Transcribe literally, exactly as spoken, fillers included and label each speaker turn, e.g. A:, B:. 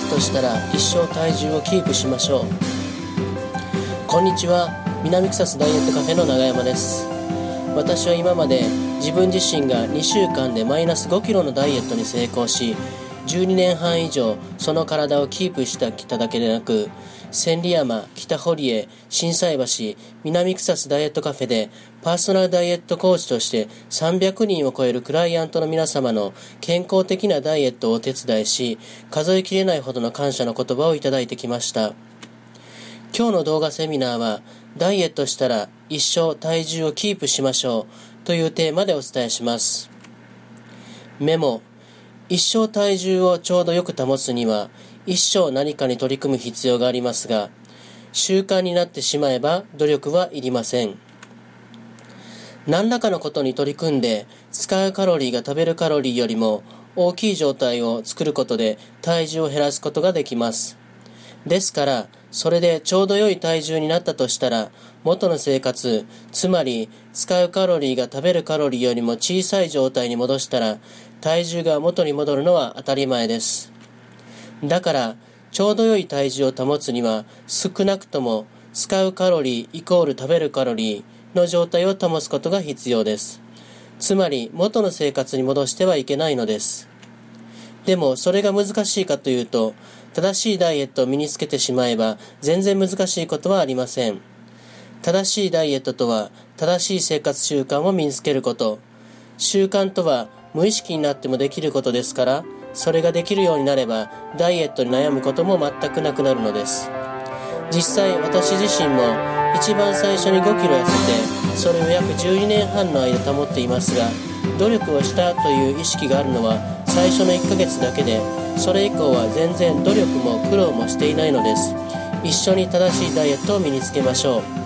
A: ットしたら一生体重をキープしましょう。こんにちは、南草津ダイエットカフェの長山です。私は今まで自分自身がにしゅうかんでマイナスごキロのダイエットに成功し、じゅうにねんはん以上その体をキープしてきただけでなく、千里山、北堀江、心斎橋、南草津ダイエットカフェでパーソナルダイエットコーチとしてさんびゃくにんを超えるクライアントの皆様の健康的なダイエットをお手伝いし、数えきれないほどの感謝の言葉をいただいてきました。今日の動画セミナーは、ダイエットしたら一生体重をキープしましょうというテーマでお伝えします。メモ、一生体重をちょうどよく保つには、一生何かに取り組む必要がありますが、習慣になってしまえば努力はいりません。何らかのことに取り組んで、使うカロリーが食べるカロリーよりも大きい状態を作ることで体重を減らすことができます。ですから、それでちょうど良い体重になったとしたら、元の生活、つまり使うカロリーが食べるカロリーよりも小さい状態に戻したら、体重が元に戻るのは当たり前です。だから、ちょうど良い体重を保つには、少なくとも使うカロリーイコール食べるカロリーの状態を保つことが必要です。つまり、元の生活に戻してはいけないのです。でも、それが難しいかというと、正しいダイエットを身につけてしまえば、全然難しいことはありません。正しいダイエットとは、正しい生活習慣を身につけること。習慣とは、無意識になってもできることですから、それができるようになれば、ダイエットに悩むことも全くなくなるのです。実際、私自身も、一番最初にごキロ痩せて、それを約じゅうにねんはんの間保っていますが、努力をしたという意識があるのは、最初のいっかげつだけで、それ以降は全然努力も苦労もしていないのです。一緒に正しいダイエットを身につけましょう。